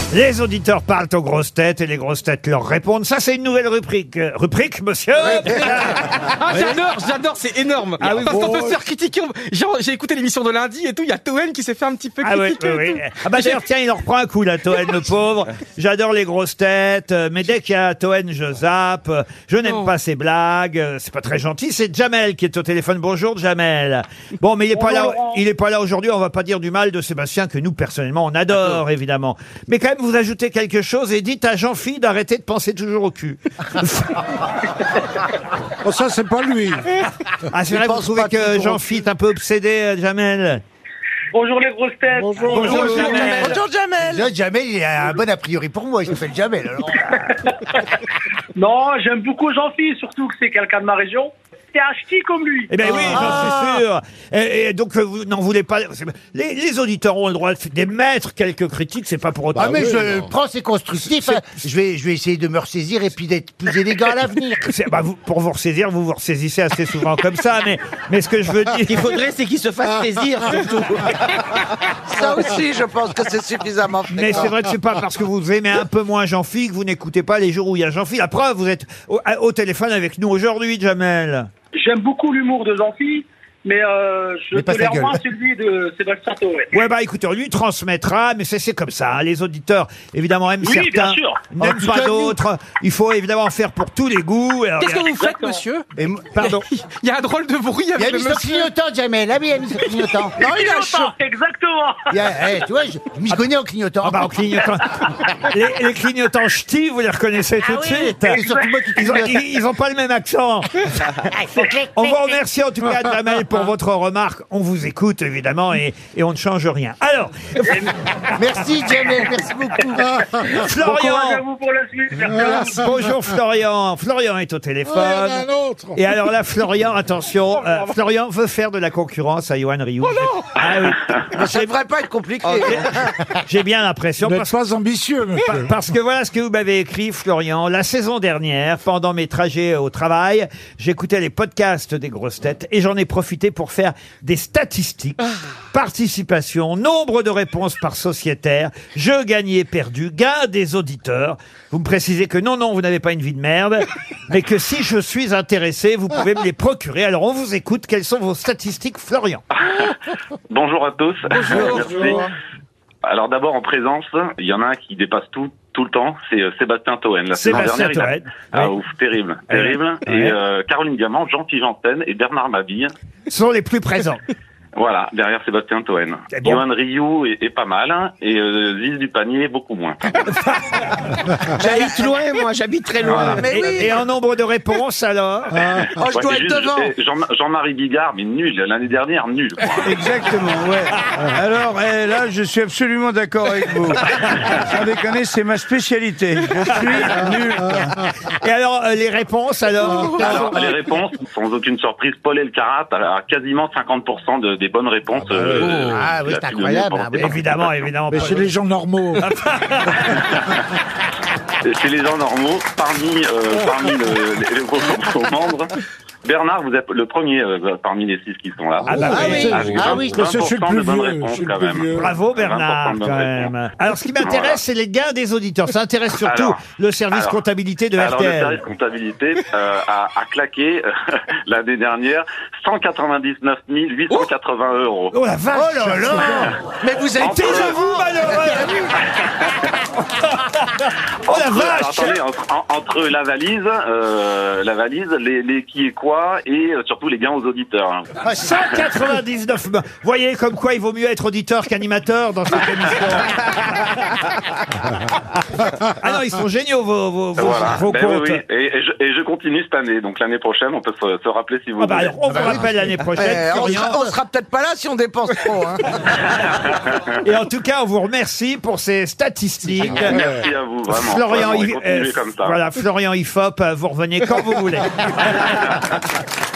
Les auditeurs parlent aux grosses têtes et les grosses têtes leur répondent. Ça, c'est une nouvelle rubrique. Rubrique, monsieur? Ah, j'adore, c'est énorme. Ah oui, parce bon, qu'on peut se faire critiquer. Genre, j'ai écouté l'émission de lundi et tout, il y a Toen qui s'est fait un petit peu Ah oui, critiquer. oui, et oui. tout. Ah bah d'ailleurs, tiens, il en reprend un coup, là, Toen, le pauvre. J'adore les grosses têtes, mais dès qu'il y a Toen, je zappe. Je n'aime pas ses blagues. C'est pas très gentil. C'est Jamel qui est au téléphone. Bonjour, Jamel. Bon, mais il est pas là aujourd'hui. On va pas dire du mal de Sébastien, que nous, personnellement, on adore, évidemment. Mais quand même, vous ajoutez quelque chose et dites à Jean-Philippe d'arrêter de penser toujours au cul. Oh, ça, c'est pas lui. Ah, c'est vrai, vous trouvez que Jean-Philippe est un peu obsédé, Jamel? Bonjour les grosses têtes. Bonjour, Jamel. Bonjour Jamel. Là, Jamel, il a un bon a priori pour moi, il s'appelle Jamel. Alors. Non, j'aime beaucoup Jean-Philippe, surtout que c'est quelqu'un de ma région. C'est un ch'ti comme lui. Eh bien oui, j'en suis sûr. Et donc, vous n'en voulez pas... Les auditeurs ont le droit d'émettre quelques critiques, c'est pas pour autant... Ah, mais je prends, c'est constructif. Hein. Je vais essayer de me ressaisir et puis d'être plus élégant à l'avenir. Pour vous ressaisir, vous vous ressaisissez assez souvent comme ça, mais ce que je veux dire... Ce qu'il faudrait, c'est qu'il se fasse saisir, surtout. Ça aussi, je pense que c'est suffisamment fréquent. Mais c'est vrai que c'est pas parce que vous aimez un peu moins Jean-Philippe que vous n'écoutez pas les jours où il y a Jean-Philippe. La preuve, vous êtes au téléphone avec nous aujourd'hui, Jamel. J'aime beaucoup l'humour de Jean-Philippe, mais je Mais pas sa tolère gueule. moins celui de Sébastien Toen. Ouais, bah écoutez, on lui transmettra, mais c'est comme ça. Hein. Les auditeurs, évidemment, aiment Oui, certains, bien sûr. n'aiment En tout pas cas, d'autres. Il faut évidemment en faire pour tous les goûts. Alors, Qu'est-ce que vous faites, Exactement. monsieur? Pardon. Il y a un drôle de bruit Il a avec le mis son monsieur. clignotant, Jamel. Ah oui, il a mis son clignotant. Non, il a chaud. Exactement. Tu vois, je m'y connais en clignotant. Ah bah, en clignotant. les clignotants ch'tis, vous les reconnaissez tout de suite. C'est surtout moi qui clignote. Ils ont pas le même accent. On vous remercie en tout cas, Jamel, pour votre remarque. On vous écoute, évidemment, et on ne change rien. Alors, Merci, Jamel, merci beaucoup. Bon courage à Florian. vous pour la suite. Merci à vous. Bonjour, Florian. Florian est au téléphone. Un autre. Et alors là, Florian, attention, Florian veut faire de la concurrence à Yoann Rioux. Ah oui, Ça devrait pas être compliqué. j'ai bien l'impression, Vous n'êtes pas ambitieux, monsieur. parce que voilà ce que vous m'avez écrit, Florian. La saison dernière, pendant mes trajets au travail, j'écoutais les podcasts des grosses têtes et j'en ai profité pour faire des statistiques. Participation, nombre de réponses par sociétaire, jeux gagnés, perdus, gains des auditeurs. Vous me précisez que non, vous n'avez pas une vie de merde, mais que si je suis intéressé, vous pouvez me les procurer. Alors on vous écoute. Quelles sont vos statistiques, Florian? Bonjour à tous. Merci. Alors d'abord en présence, il y en a un qui dépasse tout le temps, c'est Sébastien Toen. La saison Sébastien dernière, Toen. Ah Oui. ouf, terrible. Ouais. Et Caroline Diamant, Jean-Pierre Janssen et Bernard Mabille. Sont les plus présents. Voilà, derrière Sébastien Toen. C'est bon. Yoann Rioux est pas mal, hein, et Ziz du Panier beaucoup moins. J'habite loin, moi, j'habite très loin. Mais oui. Et en nombre de réponses, alors? Oh, je dois Ouais, être juste, devant. Jean-Marie Bigard, mais nul. L'année dernière, nul. Quoi. Exactement, ouais. Alors, là, je suis absolument d'accord avec vous. Sans déconner, c'est ma spécialité. Je suis nul. Et alors, les réponses, alors? Alors, les réponses, sans aucune surprise, Paul Elkarat a quasiment 50% des bonnes réponses. Ah oui, il a c'est pu incroyable, donner hein, pour- oui. Évidemment. Mais c'est les gens normaux. C'est les gens normaux. Parmi vos membres, Bernard, vous êtes le premier parmi les 6 qui sont là. Ah bah oui. Ah oui, parce que je suis le 20% plus de bonnes vieux, réponses je suis le quand plus même. vieux. Bravo Bernard, 20% de bonnes quand réponses. même. Alors, ce qui m'intéresse, Voilà. c'est les gains des auditeurs. Ça intéresse surtout Alors, le service comptabilité de Alors, le RTL. service comptabilité a claqué l'année dernière 199 880 euros. Oh la vache! Oh là là. Mais vous êtes Taisez-vous, malheureux! Oh la Alors, vache! attendez, entre la valise, les qui et quoi, et surtout les gains aux auditeurs. Hein. 199. Vous voyez comme quoi il vaut mieux être auditeur qu'animateur dans cette émission. Ah non, ils sont géniaux vos Voilà. comptes. Oui. Et je continue cette année, donc l'année prochaine, on peut se rappeler si vous Ah bah voulez. alors, on vous rappelle l'année prochaine, Florian. on sera peut-être pas là si on dépense trop. Hein. Et en tout cas, on vous remercie pour ces statistiques. Merci à vous, vraiment. Florian, Vraiment, et continuez comme ça. voilà, Florian Ifop, vous revenez quand vous voulez.